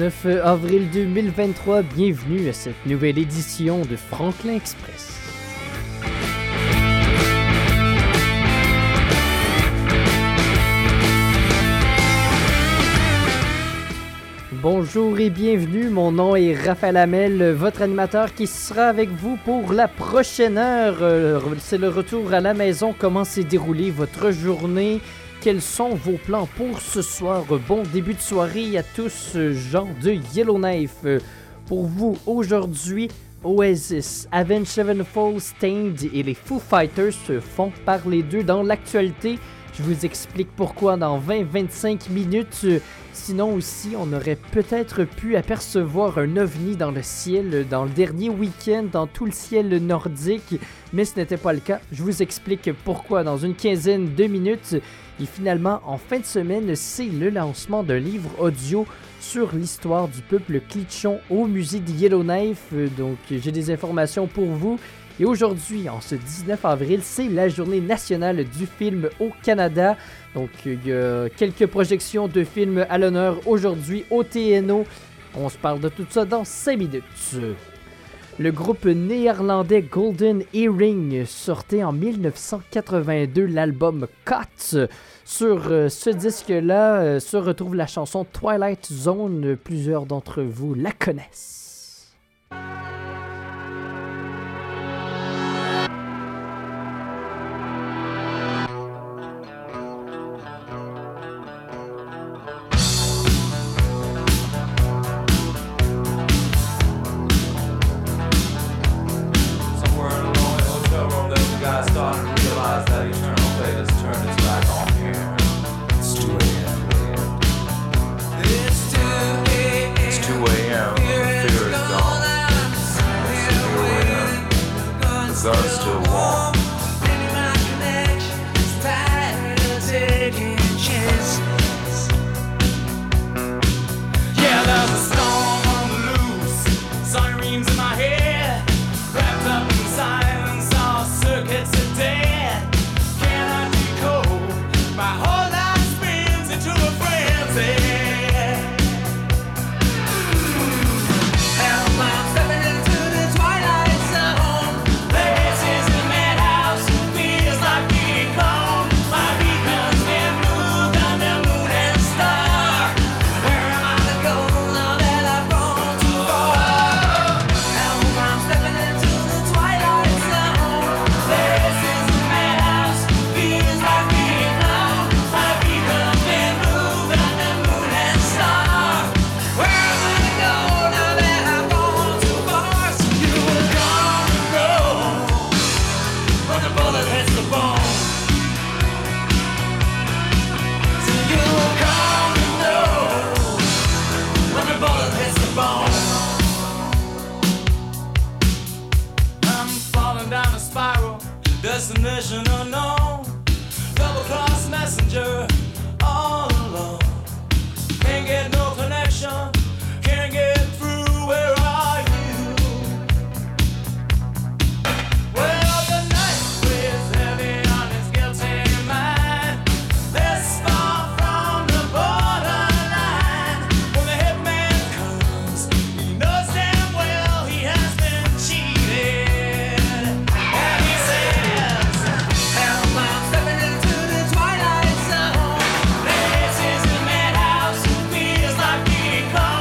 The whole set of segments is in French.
19 avril 2023, bienvenue à cette nouvelle édition de Franklin Express. Bonjour et bienvenue, mon nom est Raphaël Hamel, votre animateur qui sera avec vous pour la prochaine heure. C'est le retour à la maison, comment s'est déroulée votre journée, quels sont vos plans pour ce soir. Bon début de soirée à tous, gens de Yellowknife. Pour vous aujourd'hui, Oasis, Avenged Sevenfold, Staind et les Foo Fighters se font parler d'eux dans l'actualité. Je vous explique pourquoi dans 20-25 minutes. Sinon aussi, on aurait peut-être pu apercevoir un ovni dans le ciel dans le dernier week-end, dans tout le ciel nordique, mais ce n'était pas le cas. Je vous explique pourquoi dans une quinzaine de minutes. Et finalement, en fin de semaine, c'est le lancement d'un livre audio sur l'histoire du peuple Clitchon au musée de Yellowknife. Donc, j'ai des informations pour vous. Et aujourd'hui, en ce 19 avril, c'est la journée nationale du film au Canada. Donc, il y a quelques projections de films à l'honneur aujourd'hui au TNO. On se parle de tout ça dans 5 minutes. Le groupe néerlandais Golden Earring sortait en 1982 l'album Cut. Sur ce disque-là se retrouve la chanson Twilight Zone. Plusieurs d'entre vous la connaissent. Come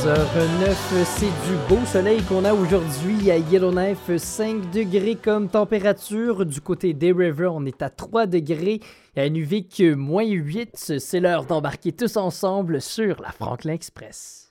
16h09, c'est du beau soleil qu'on a aujourd'hui à Yellowknife, 5 degrés comme température. Du côté des River, on est à 3 degrés. Il y a une UVic moins 8. C'est l'heure d'embarquer tous ensemble sur la Franklin Express.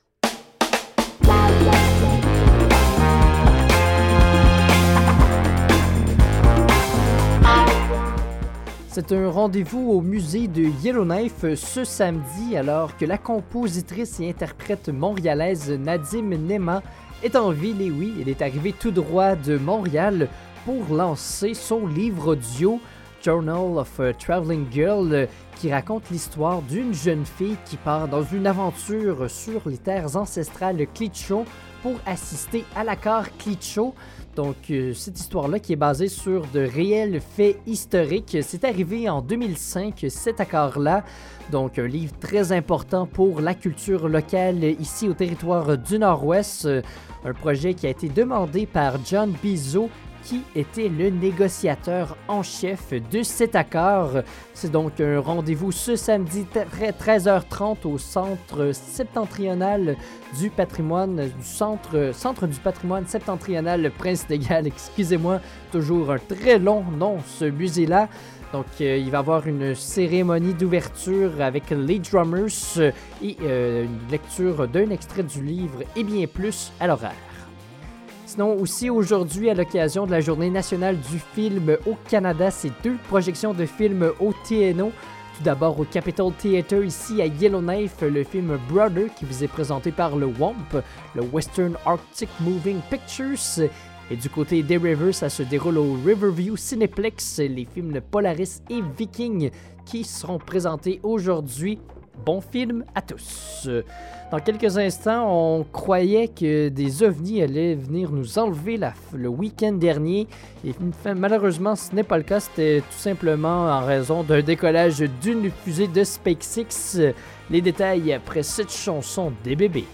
C'est un rendez-vous au musée de Yellowknife ce samedi, alors que la compositrice et interprète montréalaise Nadim Nema est en ville. Et oui, elle est arrivée tout droit de Montréal pour lancer son livre audio Journal of a Traveling Girl, qui raconte l'histoire d'une jeune fille qui part dans une aventure sur les terres ancestrales Klitschko pour assister à l'accord Klitschko. Donc, cette histoire-là qui est basée sur de réels faits historiques, c'est arrivé en 2005, cet accord-là. Donc, un livre très important pour la culture locale ici au territoire du Nord-Ouest. Un projet qui a été demandé par John Bizot, qui était le négociateur en chef de cet accord. C'est donc un rendez-vous ce samedi 13h30 au Centre septentrional du patrimoine, Centre du patrimoine septentrional Prince de Galles, excusez-moi, toujours un très long nom ce musée-là. Donc, il va y avoir une cérémonie d'ouverture avec les drummers et une lecture d'un extrait du livre et bien plus à l'horaire. Sinon, aussi aujourd'hui, à l'occasion de la Journée nationale du film au Canada, c'est 2 projections de films au TNO. Tout d'abord au Capitol Theatre ici à Yellowknife, le film Brother qui vous est présenté par le WAMP, le Western Arctic Moving Pictures. Et du côté des Rivers, ça se déroule au Riverview Cineplex, les films Polaris et Viking qui seront présentés aujourd'hui. Bon film à tous. Dans quelques instants, on croyait que des ovnis allaient venir nous enlever le week-end dernier. Et malheureusement, ce n'est pas le cas. C'était tout simplement en raison d'un décollage d'une fusée de SpaceX. Les détails après cette chanson des bébés.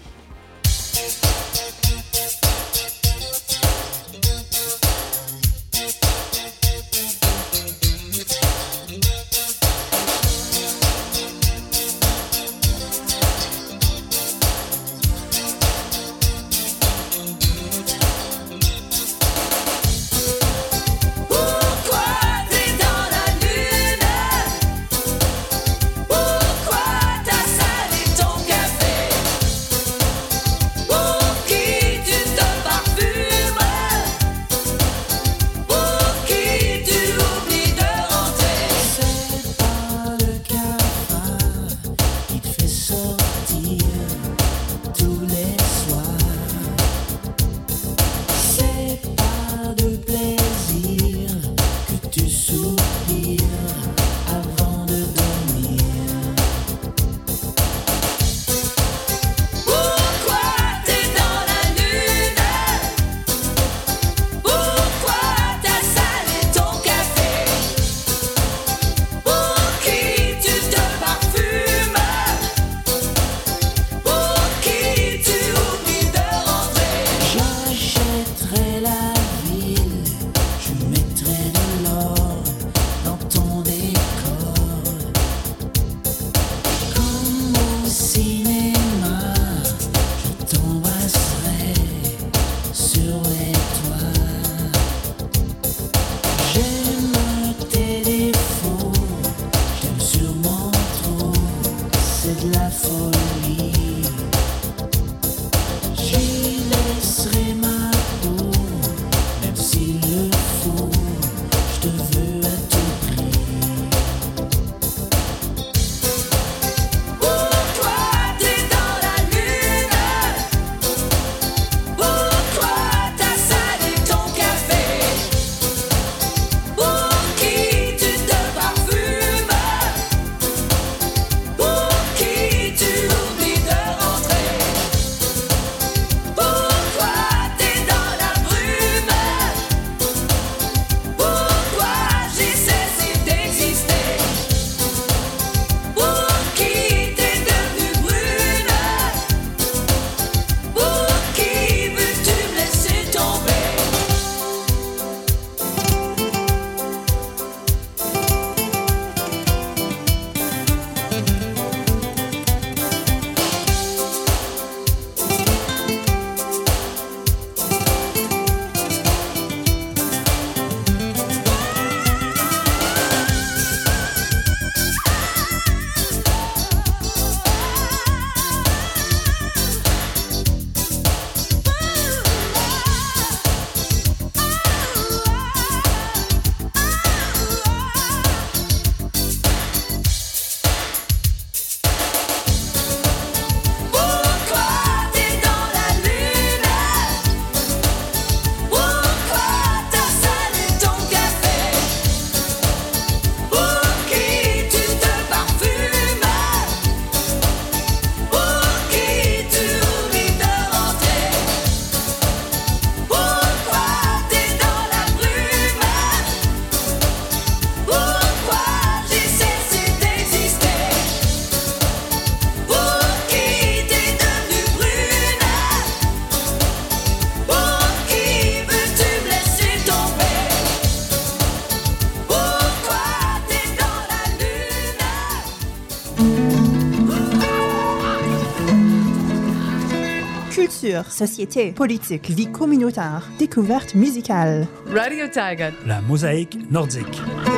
Culture, société, politique, vie communautaire, découverte musicale. Radio Taiga. La mosaïque nordique.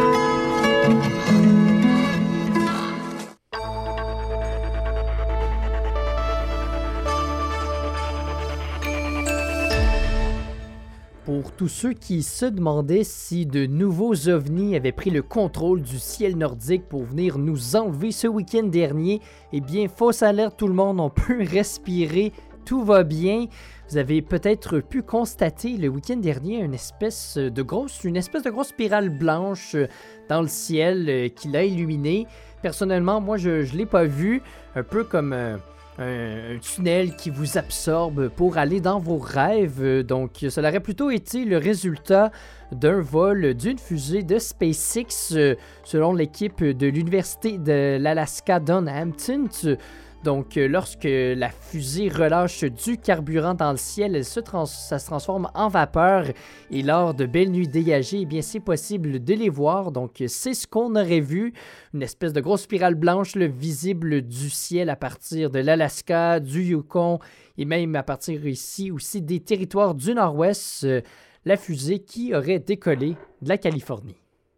Pour tous ceux qui se demandaient si de nouveaux ovnis avaient pris le contrôle du ciel nordique pour venir nous enlever ce week-end dernier, eh bien, fausse alerte tout le monde, on peut respirer, tout va bien. Vous avez peut-être pu constater le week-end dernier une espèce de grosse spirale blanche dans le ciel qui l'a illuminé. Personnellement, moi, je ne l'ai pas vu, un peu comme un tunnel qui vous absorbe pour aller dans vos rêves. Donc, ça aurait plutôt été le résultat d'un vol d'une fusée de SpaceX, selon l'équipe de l'Université de l'Alaska Hampton. Donc, lorsque la fusée relâche du carburant dans le ciel, ça se transforme en vapeur. Et lors de belles nuits dégagées, eh bien, c'est possible de les voir. Donc, c'est ce qu'on aurait vu. Une espèce de grosse spirale blanche visible du ciel à partir de l'Alaska, du Yukon et même à partir ici aussi des territoires du Nord-Ouest. La fusée qui aurait décollé de la Californie.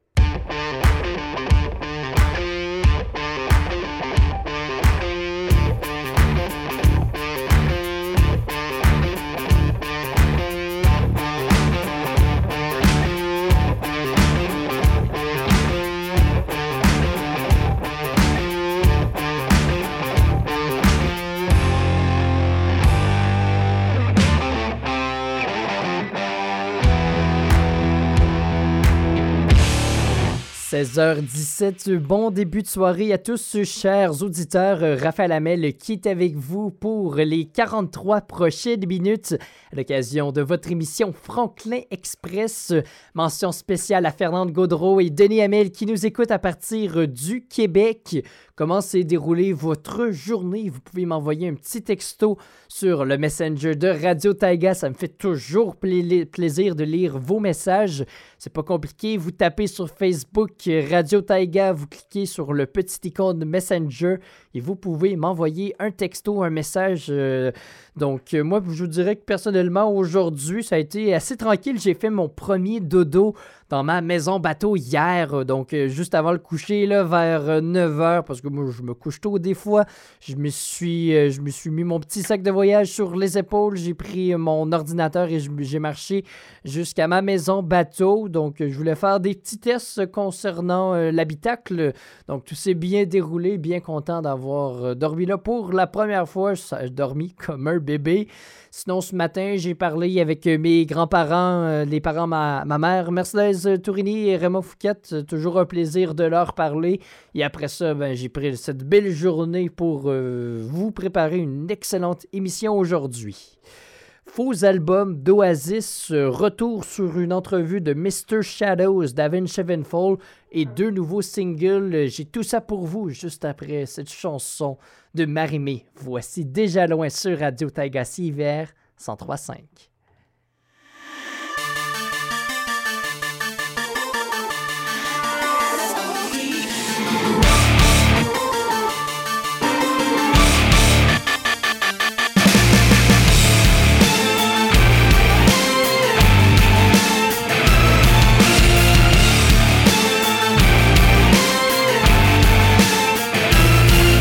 « 16h17, bon début de soirée à tous, chers auditeurs. Raphaël Hamel qui est avec vous pour les 43 prochaines minutes à l'occasion de votre émission Franklin Express. Mention spéciale à Fernande Gaudreau et Denis Hamel qui nous écoutent à partir du Québec. Comment s'est déroulée votre journée? Vous pouvez m'envoyer un petit texto sur le Messenger de Radio Taiga. Ça me fait toujours plaisir de lire vos messages. C'est pas compliqué. Vous tapez sur Facebook Radio Taiga, vous cliquez sur le petit icône de Messenger et vous pouvez m'envoyer un texto, un message. Donc, moi, je vous dirais que personnellement, aujourd'hui, ça a été assez tranquille. J'ai fait mon premier dodo dans ma maison bateau hier, donc juste avant le coucher, là, vers 9h, parce que moi, je me couche tôt des fois. Je me suis mis mon petit sac de voyage sur les épaules, j'ai pris mon ordinateur et j'ai marché jusqu'à ma maison bateau. Donc, je voulais faire des petits tests concernant l'habitacle. Donc, tout s'est bien déroulé, bien content d'avoir dormi là pour la première fois. J'ai dormi comme un bébé. Sinon, ce matin, j'ai parlé avec mes grands-parents, les parents de ma mère, Mercedes Tourini et Raymond Fouquette. Toujours un plaisir de leur parler. Et après ça, j'ai pris cette belle journée pour vous préparer une excellente émission aujourd'hui. Faux album d'Oasis, retour sur une entrevue de Mr. Shadows d'Avenged Sevenfold et 2 nouveaux singles. J'ai tout ça pour vous juste après cette chanson de Marimé. Voici Déjà loin sur Radio Taiga CIVR 103.5.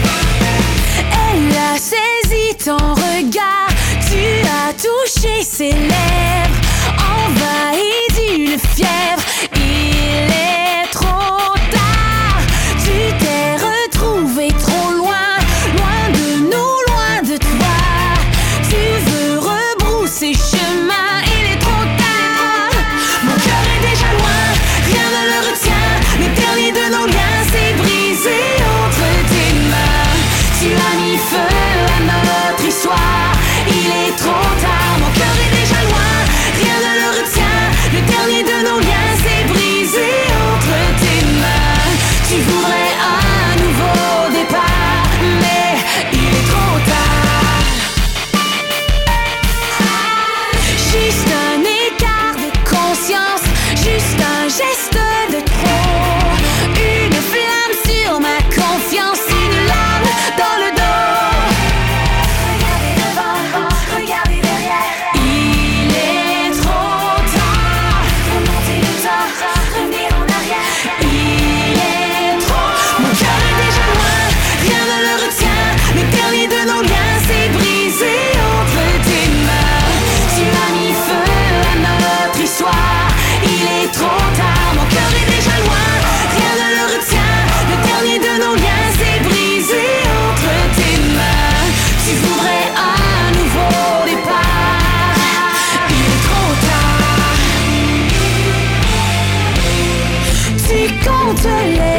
Ton regard, tu as touché ses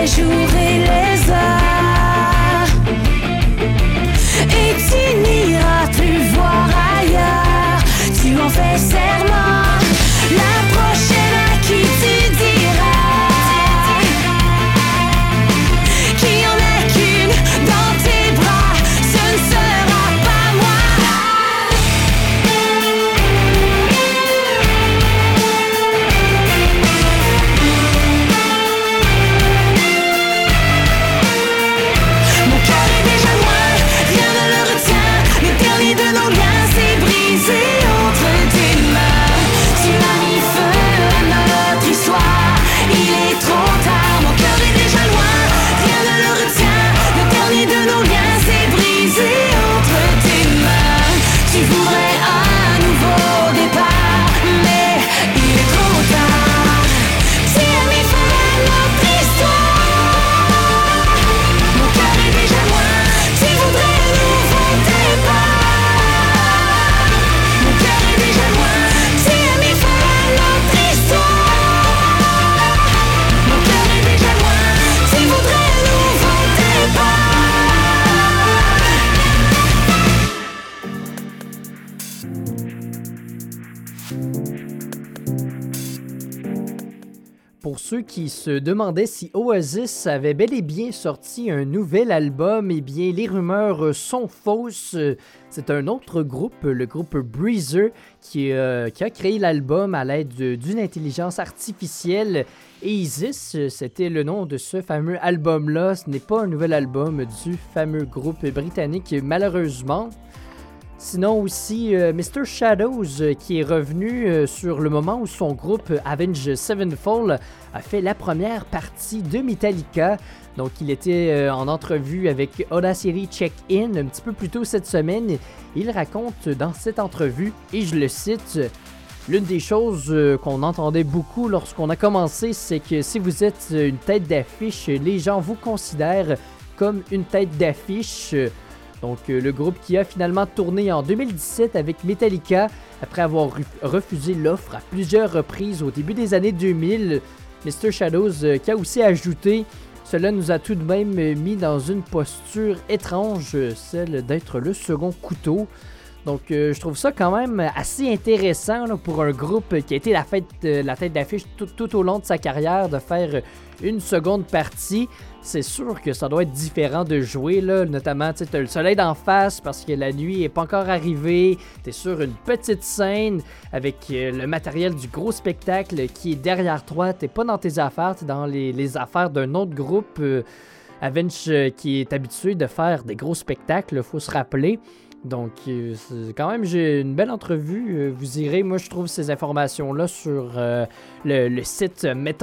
les jours et les heures, et tu n'iras plus voir ailleurs. Tu en fais serment, la prochaine à qui tu diras qu'il n'y en a qu'une dans tes bras, ce ne sera pas moi. Mon cœur est déjà loin, rien ne le retient. Le dernier de nos liens s'est brisé entre tes mains. Tu as mis feu à notre histoire, il est trop tard. Mon cœur est déjà loin, rien ne le retient. Le dernier de nos liens s'est brisé entre tes mains. Tu voudrais un nouveau départ, mais il est trop tard. Tu as mis feu à notre histoire. Mon cœur est déjà loin, tu voudrais un nouveau départ. Mon cœur est déjà loin, tu as mis feu à notre histoire. Mon cœur est déjà loin, tu voudrais un nouveau départ. Pour ceux qui se demandaient si Oasis avait bel et bien sorti un nouvel album, eh bien, les rumeurs sont fausses. C'est un autre groupe, le groupe Breezer, qui a créé l'album à l'aide d'une intelligence artificielle. Et Isis, c'était le nom de ce fameux album-là. Ce n'est pas un nouvel album du fameux groupe britannique, malheureusement. Sinon aussi, Mr. Shadows qui est revenu sur le moment où son groupe Avenged Sevenfold a fait la première partie de Metallica. Donc il était en entrevue avec Audacity Check-In un petit peu plus tôt cette semaine. Il raconte dans cette entrevue, et je le cite, « L'une des choses qu'on entendait beaucoup lorsqu'on a commencé, c'est que si vous êtes une tête d'affiche, les gens vous considèrent comme une tête d'affiche. » Donc, le groupe qui a finalement tourné en 2017 avec Metallica, après avoir refusé l'offre à plusieurs reprises au début des années 2000. Mr. Shadows qui a aussi ajouté « Cela nous a tout de même mis dans une posture étrange, celle d'être le second couteau. » Donc, je trouve ça quand même assez intéressant là, pour un groupe qui a été la tête d'affiche tout au long de sa carrière, de faire une seconde partie. C'est sûr que ça doit être différent de jouer, là, notamment, tu sais, t'as le soleil d'en face parce que la nuit est pas encore arrivée, t'es sur une petite scène avec le matériel du gros spectacle qui est derrière toi, t'es pas dans tes affaires, t'es dans les affaires d'un autre groupe, Avenged, qui est habitué de faire des gros spectacles, faut se rappeler. Donc, quand même, j'ai une belle entrevue. Vous irez, moi, je trouve ces informations-là sur le site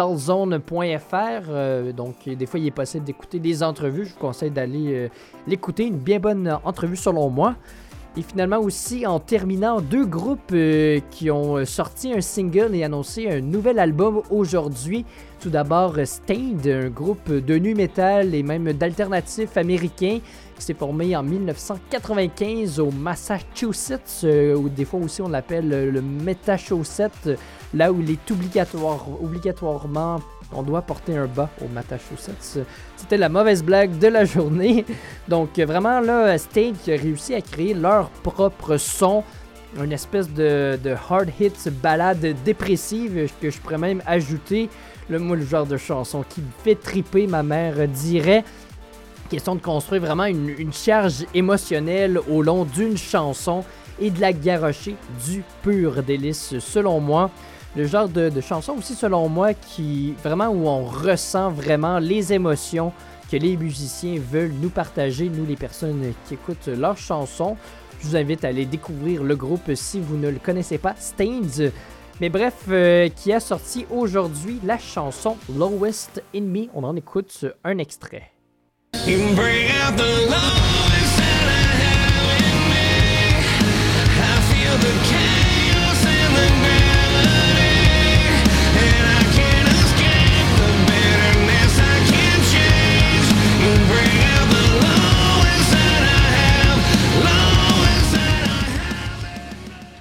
metalzone.fr. Donc, des fois, il est possible d'écouter des entrevues. Je vous conseille d'aller l'écouter. Une bien bonne entrevue, selon moi. Et finalement aussi, en terminant, deux groupes qui ont sorti un single et annoncé un nouvel album aujourd'hui. Tout d'abord, Staind, un groupe de nu metal et même d'alternatif américain qui s'est formé en 1995 au Massachusetts, ou des fois aussi on l'appelle le Massachusetts, là où il est obligatoirement on doit porter un bas au Massachusetts. C'était la mauvaise blague de la journée. Donc vraiment là, Staind qui a réussi à créer leur propre son, une espèce de hard hits balade dépressive que je pourrais même ajouter. Moi, le genre de chanson qui me fait triper, ma mère dirait. Question de construire vraiment une charge émotionnelle au long d'une chanson et de la garrocher du pur délice, selon moi. Le genre de chanson aussi, selon moi, qui vraiment où on ressent vraiment les émotions que les musiciens veulent nous partager, nous les personnes qui écoutent leurs chansons. Je vous invite à aller découvrir le groupe si vous ne le connaissez pas, Staind. Mais bref, qui a sorti aujourd'hui la chanson Lowest in Me. On en écoute un extrait. Bring out the lowest that I have in me. I feel the chaos and the gravity, and I can't escape the bitterness I can't change. Bring out the lowest that I have, lowest that I have. Donc,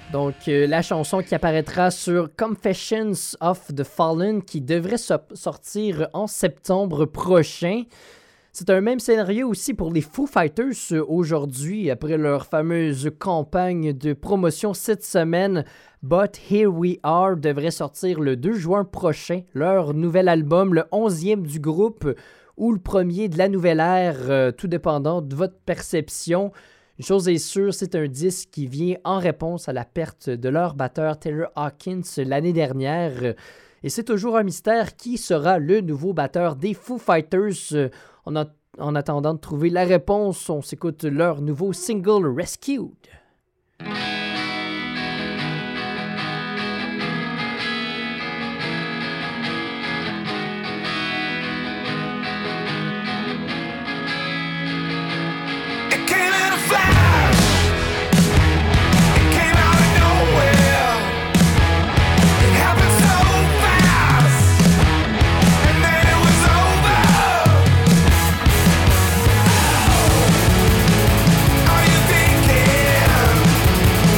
la chanson qui apparaîtra sur Confessions of the Fallen qui devrait sortir en septembre prochain. C'est un même scénario aussi pour les Foo Fighters aujourd'hui, après leur fameuse campagne de promotion cette semaine. But Here We Are devrait sortir le 2 juin prochain, leur nouvel album, le 11e du groupe, ou le premier de la nouvelle ère, tout dépendant de votre perception. Une chose est sûre, c'est un disque qui vient en réponse à la perte de leur batteur Taylor Hawkins l'année dernière. Et c'est toujours un mystère qui sera le nouveau batteur des Foo Fighters. En attendant de trouver la réponse, on s'écoute leur nouveau single Rescued. Are you thinking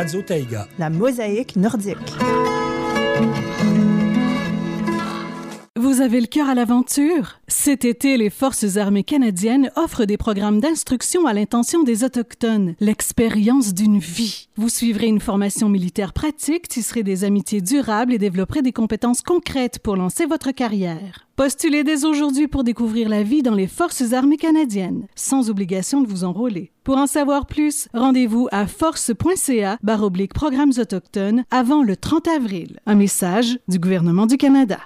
Radio Taïga. La mosaïque nordique. Vous avez le cœur à l'aventure? Cet été, les Forces armées canadiennes offrent des programmes d'instruction à l'intention des Autochtones. L'expérience d'une vie. Vous suivrez une formation militaire pratique, tisserez des amitiés durables et développerez des compétences concrètes pour lancer votre carrière. Postulez dès aujourd'hui pour découvrir la vie dans les Forces armées canadiennes, sans obligation de vous enrôler. Pour en savoir plus, rendez-vous à force.ca/programmes autochtones avant le 30 avril. Un message du gouvernement du Canada.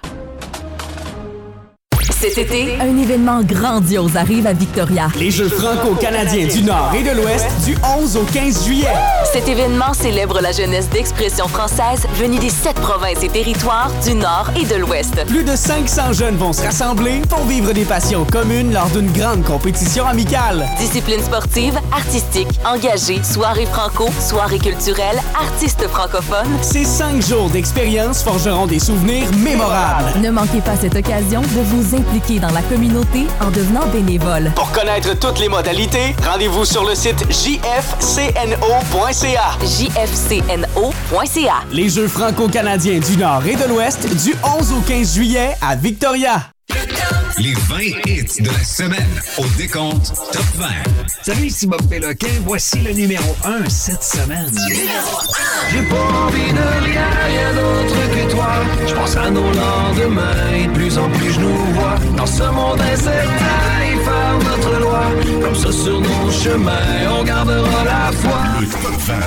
Cet été, un événement grandiose arrive à Victoria. Les Jeux franco-canadiens du Nord et de l'Ouest du 11 au 15 juillet. Cet événement célèbre la jeunesse d'expression française venue des 7 provinces et territoires du Nord et de l'Ouest. Plus de 500 jeunes vont se rassembler pour vivre des passions communes lors d'une grande compétition amicale. Disciplines sportives, artistiques, engagées, soirées franco, soirées culturelles, artistes francophones. Ces 5 jours d'expérience forgeront des souvenirs mémorables. Ne manquez pas cette occasion de vous impliquer dans la communauté en devenant bénévole. Pour connaître toutes les modalités, rendez-vous sur le site jfcno.ca. jfcno.ca. Les Jeux franco-canadiens du Nord et de l'Ouest du 11 au 15 juillet à Victoria. Les 20 hits de la semaine au décompte Top 20. Salut, ici Bob Péloquin. Voici le numéro 1 cette semaine. J'ai pas envie de rien d'autre que toi. Je pense à nos lendemains et de plus en plus je nous vois. Dans ce monde incertain et faire notre loi. Comme ça sur nos chemins, on gardera la foi. Le Top 20.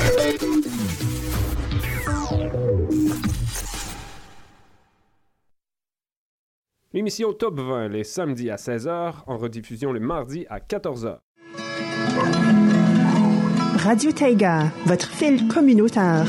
L'émission Top 20 les samedis à 16h, en rediffusion le mardi à 14h. Radio Taïga, votre fil communautaire.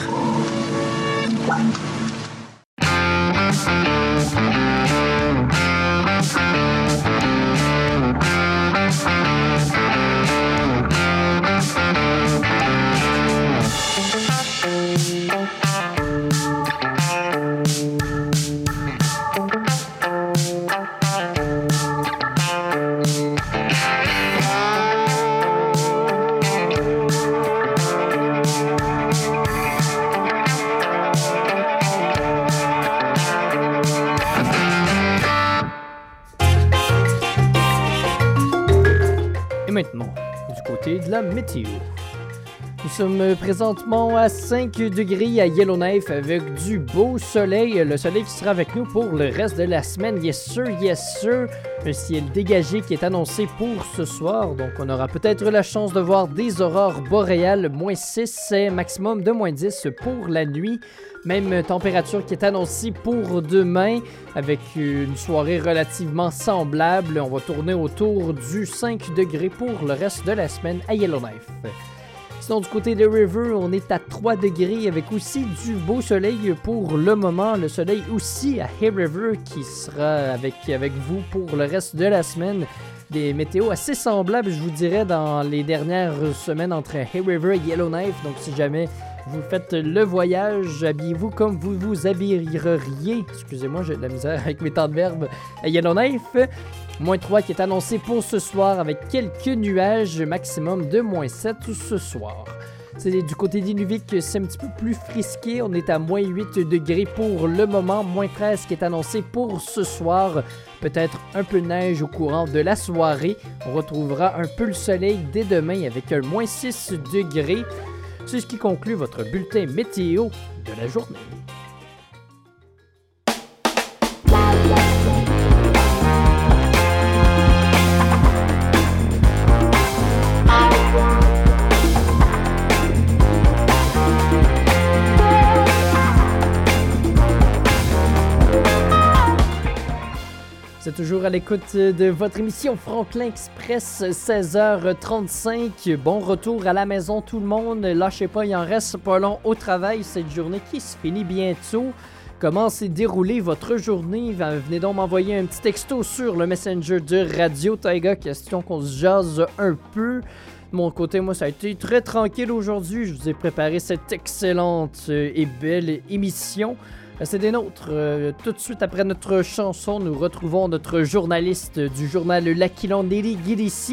Maintenant, du côté de la météo. Nous sommes présentement à 5 degrés à Yellowknife avec du beau soleil. Le soleil qui sera avec nous pour le reste de la semaine. Yes sir, yes sir. Un ciel dégagé qui est annoncé pour ce soir. Donc on aura peut-être la chance de voir des aurores boréales. Moins 6 et maximum de moins 10 pour la nuit. Même température qui est annoncée pour demain avec une soirée relativement semblable. On va tourner autour du 5 degrés pour le reste de la semaine à Yellowknife. Sinon, du côté de River, on est à 3 degrés avec aussi du beau soleil pour le moment. Le soleil aussi à Hay River qui sera avec vous pour le reste de la semaine. Des météos assez semblables, je vous dirais, dans les dernières semaines entre Hay River et Yellowknife. Donc, si jamais vous faites le voyage, habillez-vous comme vous vous habilleriez. Excusez-moi, j'ai de la misère avec mes temps de verbe à Yellowknife. Moins 3 qui est annoncé pour ce soir avec quelques nuages, maximum de moins 7 ce soir. C'est du côté d'Inuvik, c'est un petit peu plus frisqué. On est à moins 8 degrés pour le moment, moins 13 qui est annoncé pour ce soir. Peut-être un peu de neige au courant de la soirée. On retrouvera un peu le soleil dès demain avec un moins 6 degrés. C'est ce qui conclut votre bulletin météo de la journée. C'est toujours à l'écoute de votre émission Franklin Express, 16h35. Bon retour à la maison tout le monde. Lâchez pas, il en reste pas long au travail. Cette journée qui se finit bientôt. Comment s'est déroulée votre journée? Venez donc m'envoyer un petit texto sur le Messenger de Radio Taïga. Question qu'on se jase un peu. De mon côté, moi, ça a été très tranquille aujourd'hui. Je vous ai préparé cette excellente et belle émission. C'est des nôtres. Tout de suite après notre chanson, nous retrouvons notre journaliste du journal L'Aquilon, Nelly Guirissi,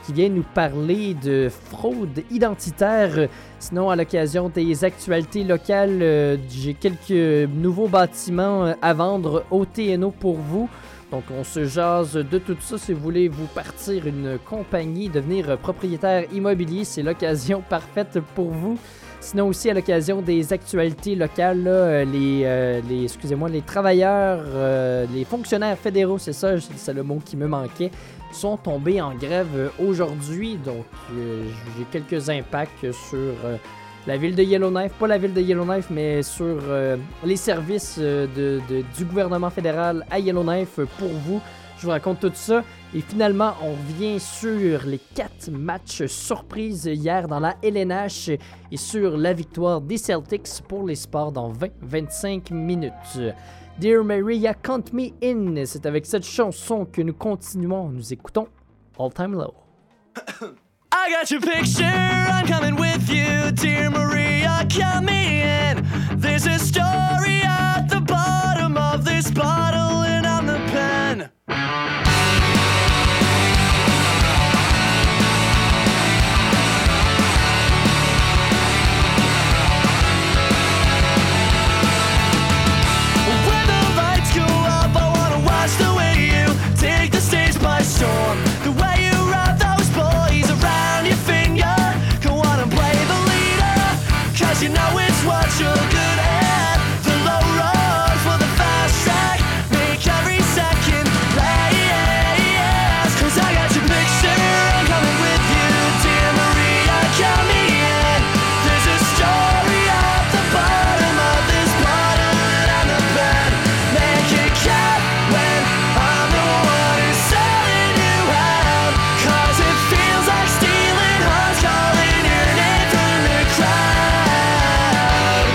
qui vient nous parler de fraude identitaire. Sinon, à l'occasion des actualités locales, j'ai quelques nouveaux bâtiments à vendre au TNO pour vous. Donc, on se jase de tout ça. Si vous voulez vous partir une compagnie, devenir propriétaire immobilier, c'est l'occasion parfaite pour vous. Sinon aussi, à l'occasion des actualités locales, là, les travailleurs, les fonctionnaires fédéraux, c'est le mot qui me manquait, sont tombés en grève aujourd'hui. Donc, j'ai quelques impacts sur la ville de Yellowknife, pas la ville de Yellowknife, mais sur les services du gouvernement fédéral à Yellowknife pour vous. Je vous raconte tout ça. Et finalement, on revient sur les 4 matchs surprises hier dans la LNH et sur la victoire des Celtics pour les sports dans 20-25 minutes. Dear Maria, Count Me In, c'est avec cette chanson que nous continuons. Nous écoutons All Time Low. I got your picture, I'm coming with you, dear Maria, count me in. There's a story at the bottom of this bottle and I'm the pen. When the lights go up, I wanna watch the way you take the stage by storm. The way you wrap those boys around your finger. Go on and play the leader, 'cause you know it's what you're good at. The low road for the fast track, make every second last. 'Cause I got your picture, I'm coming with you, dear Maria, count me in. There's a story at the bottom of this bottle and I'm the pen. Make it count when I'm the one who's selling you out. 'Cause it feels like stealing hearts, calling your name from the crowd.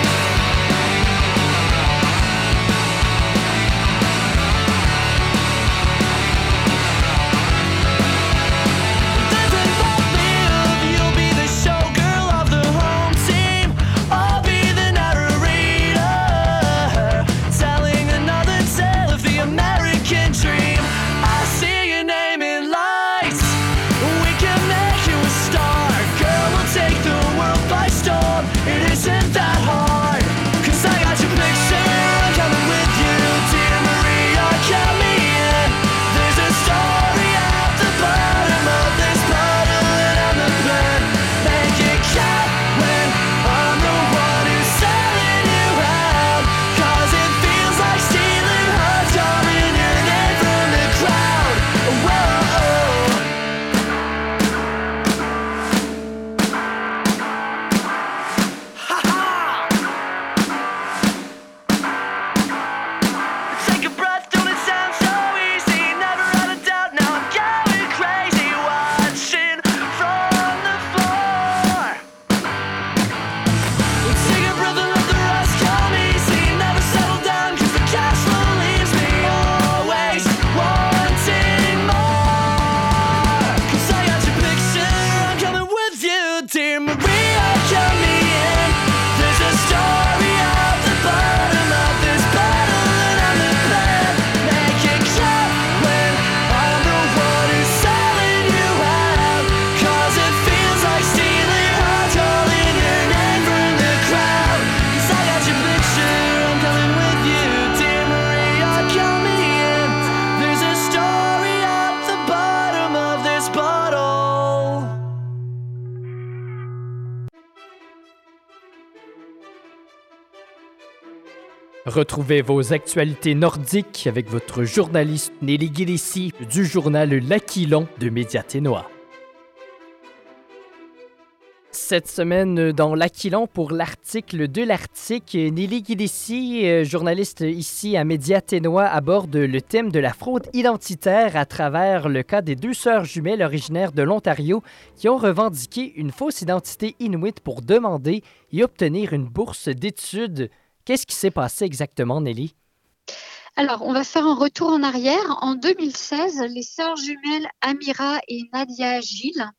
There's an old move, you'll be the showgirl of the home team. I'll be the narrator, telling another tale of the American dream. I see your name in lights, we can make you a star. Girl, we'll take the world by storm, it isn't that hard. 'Cause I got your picture, I'm coming with you, dear Maria, count me in. There's a story at the bottom of this bottle and I'm the pen. Make it count when I'm the one who's selling you out. 'Cause it feels like stealing hearts, calling your name from the crowd. Whoa. Take a breath, don't it sound so easy? Never had a doubt, now I'm going crazy, watching from the floor. Take a breath and let the rest come easy. Never settle down, 'cause the cash flow leaves me always wanting more. 'Cause I got your picture, I'm coming with you, dear Maria, count me in. There's a story at the bottom of this bottle and I'm the pen. Make it count when I'm the one who's selling you out. 'Cause it feels like stealing hearts, calling your name from the crowd. 'Cause I got your picture, I'm coming with you, dear Maria, count me in. There's a story at the bottom of this bottle. Retrouvez vos actualités nordiques avec votre journaliste Nelly Guédessi du journal L'Aquilon de Médiaténois. Cette semaine, dans l'Aquilon, pour l'article de l'Arctique, Nelly Guédessi, journaliste ici à Médiaténois, aborde le thème de la fraude identitaire à travers le cas des 2 sœurs jumelles originaires de l'Ontario qui ont revendiqué une fausse identité inuit pour demander et obtenir une bourse d'études. Qu'est-ce qui s'est passé exactement, Nelly? Alors, on va faire un retour en arrière. En 2016, les sœurs jumelles Amira et Nadia Gilles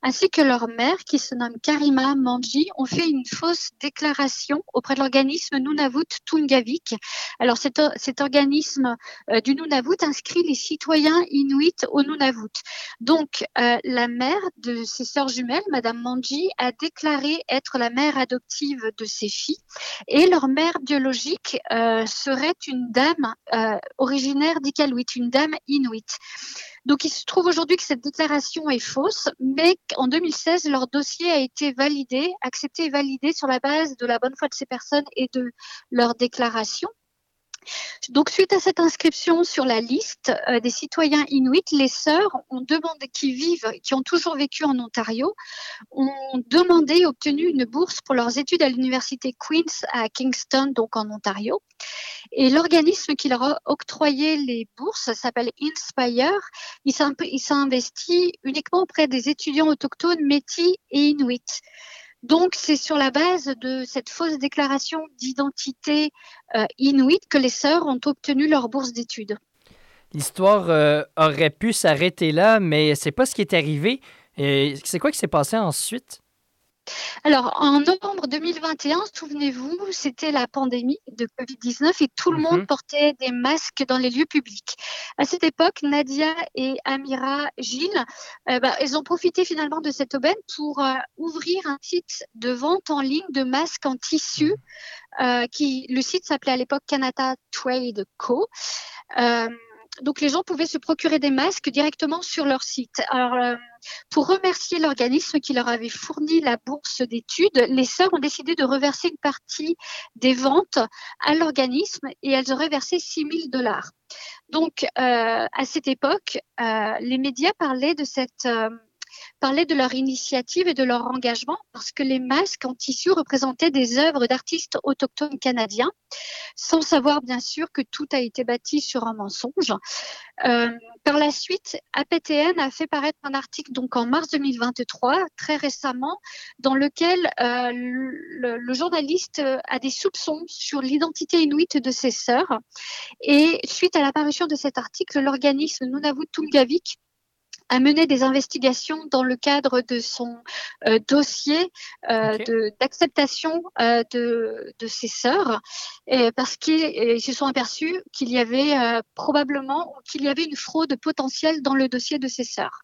ainsi que leur mère, qui se nomme Karima Manji, ont fait une fausse déclaration auprès de l'organisme Nunavut Tungavik. Alors, cet organisme du Nunavut inscrit les citoyens inuits au Nunavut. Donc, la mère de ces sœurs jumelles, Madame Manji, a déclaré être la mère adoptive de ces filles, et leur mère biologique serait une dame originaire d'Iqaluit, une dame inuit. Donc, il se trouve aujourd'hui que cette déclaration est fausse, mais qu'en 2016, leur dossier a été validé, accepté et validé sur la base de la bonne foi de ces personnes et de leur déclaration. Donc, suite à cette inscription sur la liste des citoyens inuits, les sœurs ont demandé, qui ont toujours vécu en Ontario, ont demandé et obtenu une bourse pour leurs études à l'université Queen's à Kingston, donc en Ontario. Et l'organisme qui leur a octroyé les bourses s'appelle Inspire. Il s'est investi uniquement auprès des étudiants autochtones Métis et Inuits. Donc, c'est sur la base de cette fausse déclaration d'identité inuit que les sœurs ont obtenu leur bourse d'études. L'histoire aurait pu s'arrêter là, mais c'est pas ce qui est arrivé. C'est quoi qui s'est passé ensuite? Alors, en novembre 2021, souvenez-vous, c'était la pandémie de Covid-19 et tout le monde portait des masques dans les lieux publics. À cette époque, Nadia et Amira Gilles, elles ont profité finalement de cette aubaine pour ouvrir un site de vente en ligne de masques en tissu. Le site s'appelait à l'époque Canada Trade Co. Donc, les gens pouvaient se procurer des masques directement sur leur site. Alors, pour remercier l'organisme qui leur avait fourni la bourse d'études, les sœurs ont décidé de reverser une partie des ventes à l'organisme et elles auraient versé $6,000. Donc, à cette époque, les médias parlaient de leur initiative et de leur engagement parce que les masques en tissu représentaient des œuvres d'artistes autochtones canadiens, sans savoir bien sûr que tout a été bâti sur un mensonge. Par la suite, APTN a fait paraître un article donc en mars 2023, très récemment, dans lequel le journaliste a des soupçons sur l'identité inuite de ses sœurs. Et suite à l'apparition de cet article, l'organisme Nunavut Tungavik a mené des investigations dans le cadre de son dossier d'acceptation de ses sœurs, parce qu'ils se sont aperçus qu'il y avait une fraude potentielle dans le dossier de ses sœurs.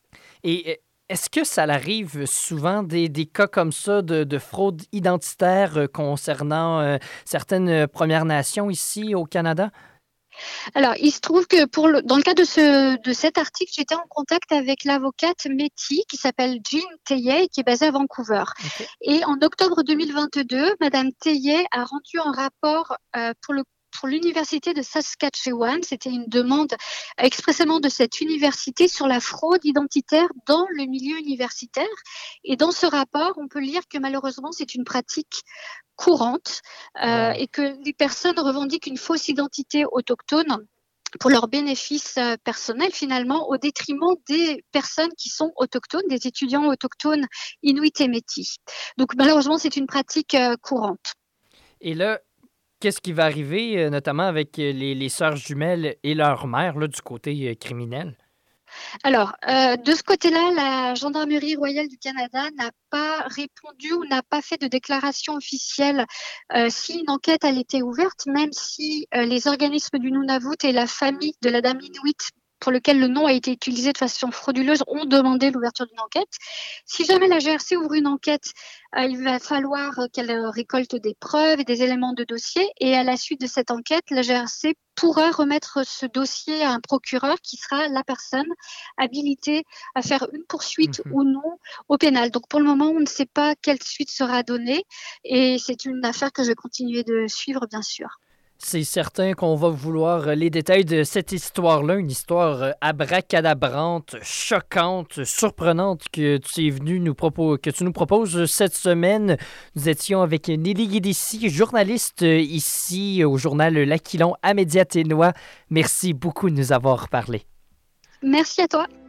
Et est-ce que ça arrive souvent des cas comme ça de fraude identitaire concernant certaines Premières Nations ici au Canada? Alors, il se trouve que dans le cas de cet article, j'étais en contact avec l'avocate Métis qui s'appelle Jean Théier et qui est basée à Vancouver. Okay. Et en octobre 2022, Madame Théier a rendu un rapport pour l'université de Saskatchewan. C'était une demande expressément de cette université sur la fraude identitaire dans le milieu universitaire. Et dans ce rapport, on peut lire que malheureusement, c'est une pratique courante et que les personnes revendiquent une fausse identité autochtone pour leur bénéfice personnel finalement au détriment des personnes qui sont autochtones, des étudiants autochtones inuits et métis. Donc malheureusement, c'est une pratique courante. Et là, qu'est-ce qui va arriver, notamment avec les sœurs jumelles et leur mère, là, du côté criminel? Alors, de ce côté-là, la Gendarmerie royale du Canada n'a pas répondu ou n'a pas fait de déclaration officielle si une enquête a été ouverte, même si les organismes du Nunavut et la famille de la dame inuit pour lequel le nom a été utilisé de façon frauduleuse, ont demandé l'ouverture d'une enquête. Si jamais la GRC ouvre une enquête, il va falloir qu'elle récolte des preuves et des éléments de dossier. Et à la suite de cette enquête, la GRC pourra remettre ce dossier à un procureur qui sera la personne habilitée à faire une poursuite ou non au pénal. Donc pour le moment, on ne sait pas quelle suite sera donnée. Et c'est une affaire que je vais continuer de suivre, bien sûr. C'est certain qu'on va vouloir les détails de cette histoire-là, une histoire abracadabrante, choquante, surprenante que tu nous proposes cette semaine. Nous étions avec Nelly Guédissi, journaliste ici au journal L'Aquilon à Médiaténois. Merci beaucoup de nous avoir parlé. Merci à toi.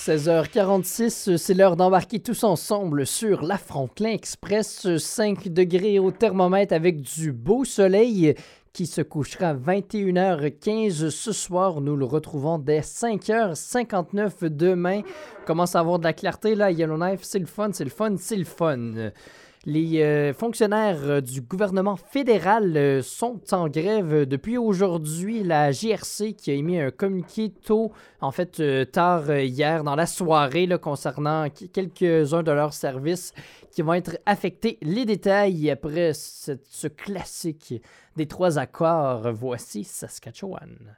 16h46, c'est l'heure d'embarquer tous ensemble sur la Franklin Express. 5 degrés au thermomètre avec du beau soleil qui se couchera à 21h15 ce soir. Nous le retrouvons dès 5h59 demain. On commence à avoir de la clarté là à Yellowknife. C'est le fun, c'est le fun, c'est le fun. Les fonctionnaires du gouvernement fédéral sont en grève depuis aujourd'hui. La GRC qui a émis un communiqué tard hier dans la soirée là, concernant quelques-uns de leurs services qui vont être affectés. Les détails après ce classique des 3 accords. Voici Saskatchewan.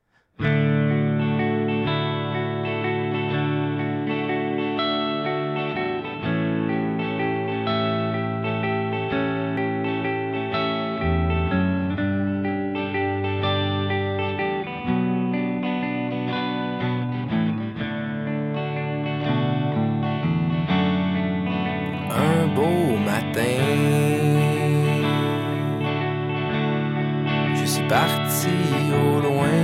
Je suis parti au loin,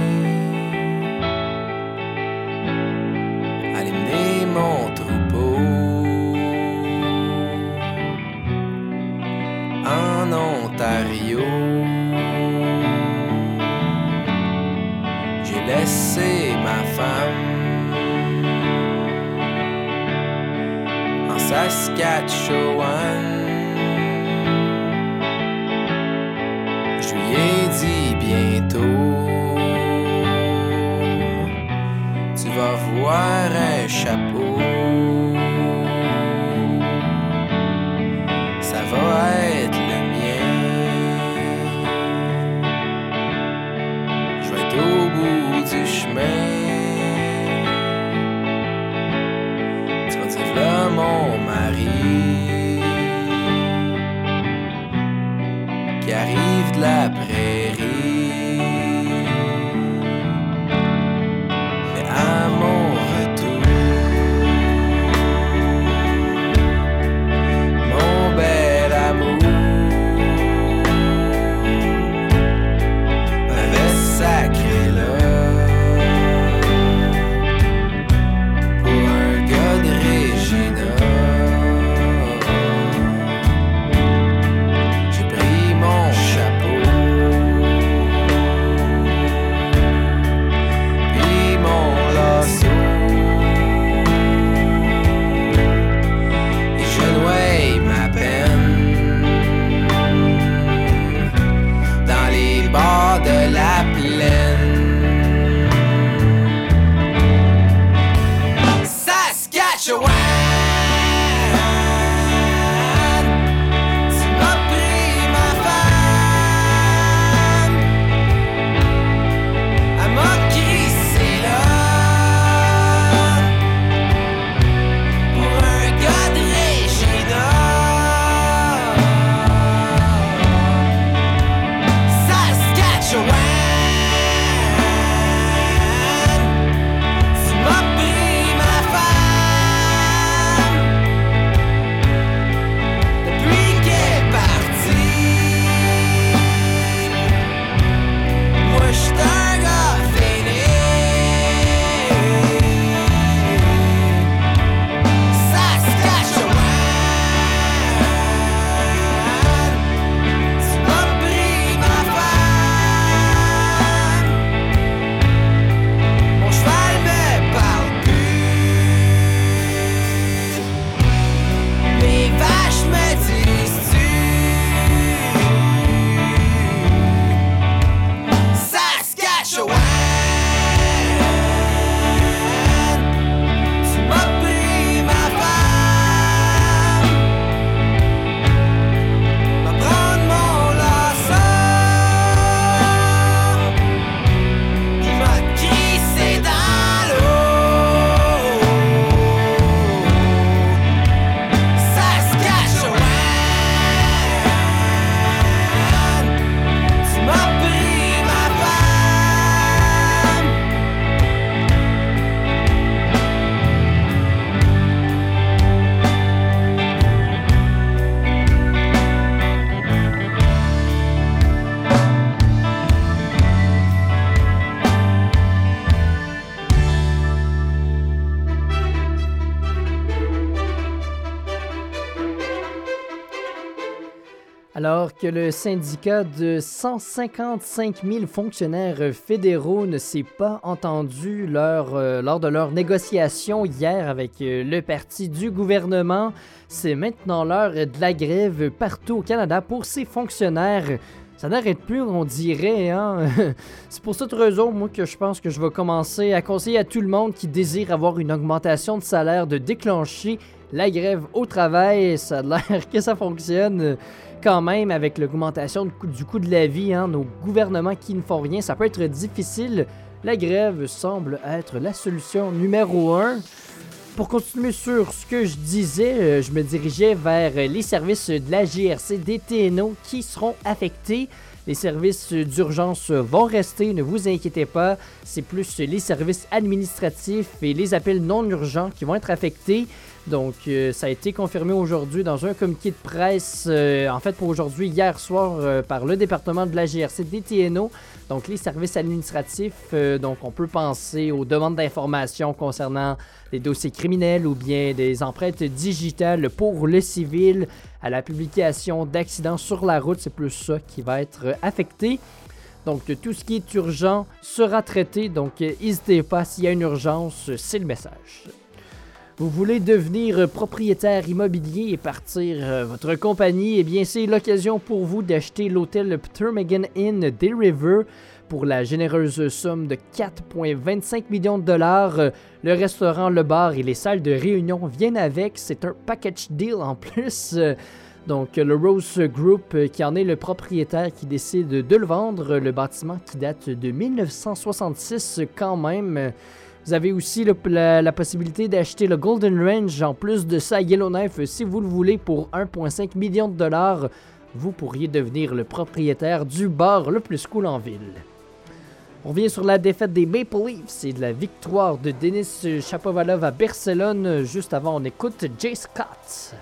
aller mener mon troupeau en Ontario. J'ai laissé ma femme en Saskatchewan. Je lui ai dit bientôt, tu vas voir un chapeau, ça va être le mien. Je vais être au bout du chemin, tu vas dire là mon mari qui arrive de la prairie. Mais à mon retour, mon bel amour m'avait sacré là pour un gars de Regina. J'ai pris mon chapeau Alors que le syndicat de 155 000 fonctionnaires fédéraux ne s'est pas entendu lors de leur négociation hier avec le parti du gouvernement, c'est maintenant l'heure de la grève partout au Canada pour ces fonctionnaires. Ça n'arrête plus, on dirait, hein? C'est pour cette raison, moi, que je pense que je vais commencer à conseiller à tout le monde qui désire avoir une augmentation de salaire de déclencher la grève au travail. Ça a l'air que ça fonctionne quand même avec l'augmentation du coût de la vie, hein? Nos gouvernements qui ne font rien, ça peut être difficile. La grève semble être la solution numéro 1. Pour continuer sur ce que je disais, je me dirigeais vers les services de la GRC des TNO qui seront affectés. Les services d'urgence vont rester, ne vous inquiétez pas. C'est plus les services administratifs et les appels non urgents qui vont être affectés. Donc, ça a été confirmé aujourd'hui dans un communiqué de presse, en fait pour aujourd'hui, hier soir, par le département de la GRC des TNO. Donc, les services administratifs, donc on peut penser aux demandes d'informations concernant des dossiers criminels ou bien des empreintes digitales pour le civil, à la publication d'accidents sur la route, c'est plus ça qui va être affecté. Donc, tout ce qui est urgent sera traité, donc n'hésitez pas, s'il y a une urgence, c'est le message. Vous voulez devenir propriétaire immobilier et partir votre compagnie, eh bien c'est l'occasion pour vous d'acheter l'hôtel Ptarmigan Inn des River pour la généreuse somme de 4,25 millions de dollars. Le restaurant, le bar et les salles de réunion viennent avec, c'est un package deal en plus. Donc le Rose Group qui en est le propriétaire qui décide de le vendre, le bâtiment qui date de 1966 quand même. Vous avez aussi la possibilité d'acheter le Golden Range, en plus de ça, Yellowknife, si vous le voulez, pour 1,5 million de dollars. Vous pourriez devenir le propriétaire du bar le plus cool en ville. On revient sur la défaite des Maple Leafs et de la victoire de Denis Shapovalov à Barcelone. Juste avant, on écoute Jay Scott.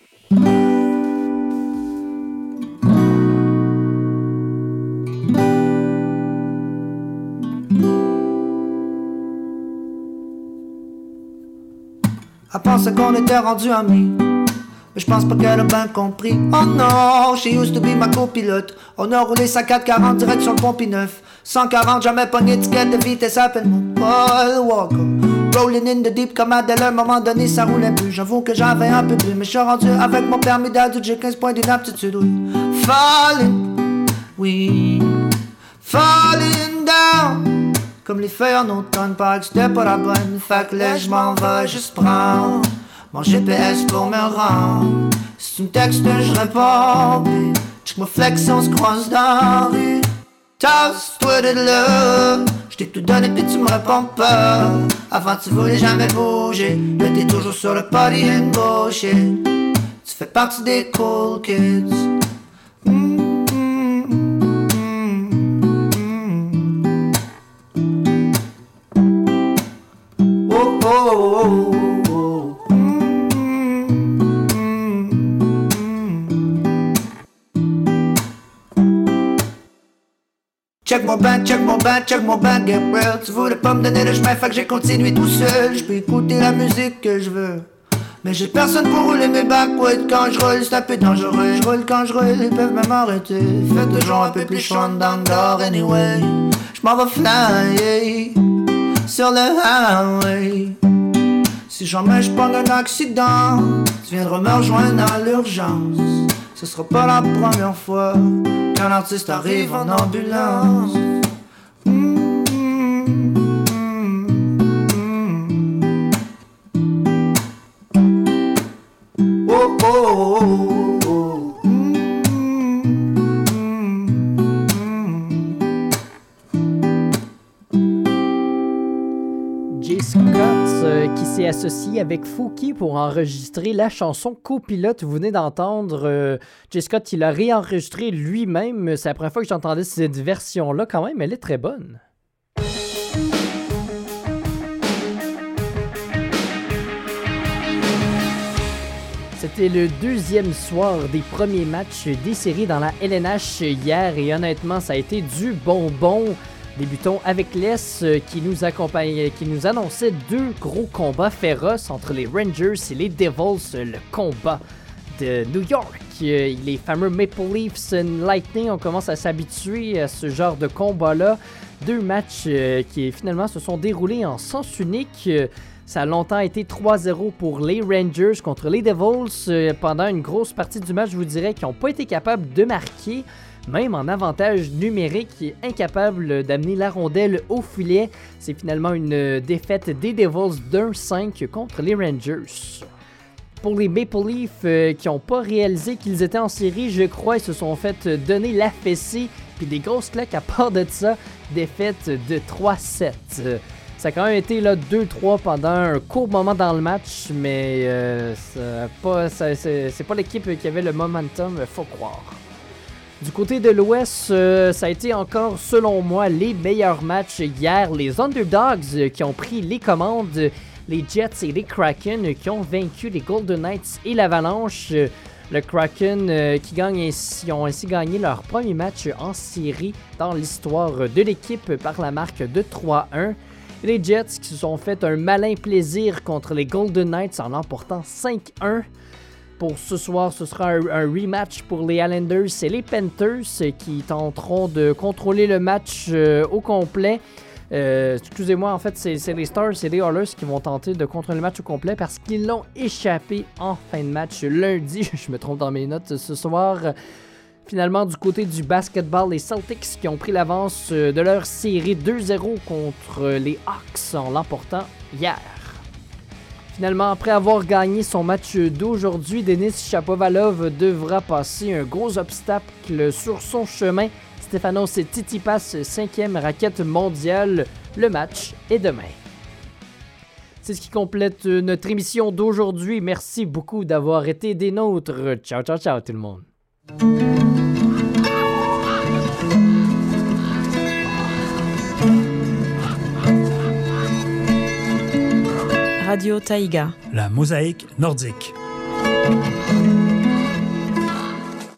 Elle pensait qu'on était rendu amis, mais je pense pas qu'elle a bien compris. Oh non, she used to be ma copilote. On a roulé sa 440 direction le Pont-P-9. 140, jamais pogné d'étiquette de vitesse, appelle-moi Paul Walker. Rolling in the deep comme Adèle, à un moment donné ça roulait plus. J'avoue que j'avais un peu plus, mais je suis rendu avec mon permis d'adulte, j'ai 15 points d'inaptitude, oui. Falling, oui, falling down. Comme les feuilles en automne, paraît que c'était pas la bonne. Fait que là je m'en vais juste prendre mon GPS pour me rendre. Si tu me textes je réponds, puis check ma flex on se croise dans la rue. Tasse-toi de là, je t'ai tout donné puis tu me réponds pas. Avant tu voulais jamais bouger, là t'es toujours sur le party and bullshit. Tu fais partie des cool kids. Oh, oh, oh, oh. Check mon bank, get real. Tu voulais pas me donner le chemin, fait que j'ai continué tout seul. Je peux écouter la musique que je veux, mais j'ai personne pour rouler mes backwoods quand je roule, c'est un peu dangereux. Je roule quand je roule, ils peuvent même m'arrêter. Faites toujours un peu plus chaud dans le dehors anyway. Je m'en vais flyer sur le highway. Si jamais je pogne un accident, tu viendras me rejoindre à l'urgence. Ce sera pas la première fois qu'un artiste arrive en ambulance. Oh, oh, oh, oh. Jay Scott qui s'est associé avec Fouki pour enregistrer la chanson Copilote. Vous venez d'entendre Jay Scott, il l'a réenregistré lui-même. C'est la première fois que j'entendais cette version-là quand même, elle est très bonne. C'était le deuxième soir des premiers matchs des séries dans la LNH hier et honnêtement, ça a été du bonbon. Débutons avec l'Est qui nous annonçait deux gros combats féroces entre les Rangers et les Devils, le combat de New York. les fameux Maple Leafs Lightning, on commence à s'habituer à ce genre de combat-là. 2 matchs qui finalement se sont déroulés en sens unique. Ça a longtemps été 3-0 pour les Rangers contre les Devils. Pendant une grosse partie du match, je vous dirais qu'ils n'ont pas été capables de marquer. Même en avantage numérique, incapable d'amener la rondelle au filet. C'est finalement une défaite des Devils d'1-5 contre les Rangers. Pour les Maple Leafs qui n'ont pas réalisé qu'ils étaient en série, je crois, ils se sont fait donner la fessée. Puis des grosses claques à part de ça, défaite de 3-7. Ça a quand même été là 2-3 pendant un court moment dans le match, mais c'est pas l'équipe qui avait le momentum, faut croire. Du côté de l'Ouest, ça a été encore, selon moi, les meilleurs matchs hier. Les Underdogs qui ont pris les commandes, les Jets et les Kraken qui ont vaincu les Golden Knights et l'Avalanche. Le Kraken qui ont ainsi gagné leur premier match en série dans l'histoire de l'équipe par la marque de 3-1. Et les Jets qui se sont fait un malin plaisir contre les Golden Knights en l'emportant 5-1. Pour ce soir, ce sera un rematch pour les Islanders et les Panthers qui tenteront de contrôler le match au complet. Excusez-moi, en fait, c'est les Stars et les Oilers qui vont tenter de contrôler le match au complet parce qu'ils l'ont échappé en fin de match lundi. Je me trompe dans mes notes ce soir. Finalement, du côté du basketball, les Celtics qui ont pris l'avance de leur série 2-0 contre les Hawks en l'emportant hier. Finalement, après avoir gagné son match d'aujourd'hui, Denis Shapovalov devra passer un gros obstacle sur son chemin. Stefanos Tsitsipas, 5e raquette mondiale. Le match est demain. C'est ce qui complète notre émission d'aujourd'hui. Merci beaucoup d'avoir été des nôtres. Ciao, ciao, ciao tout le monde. Radio Taïga. La mosaïque nordique.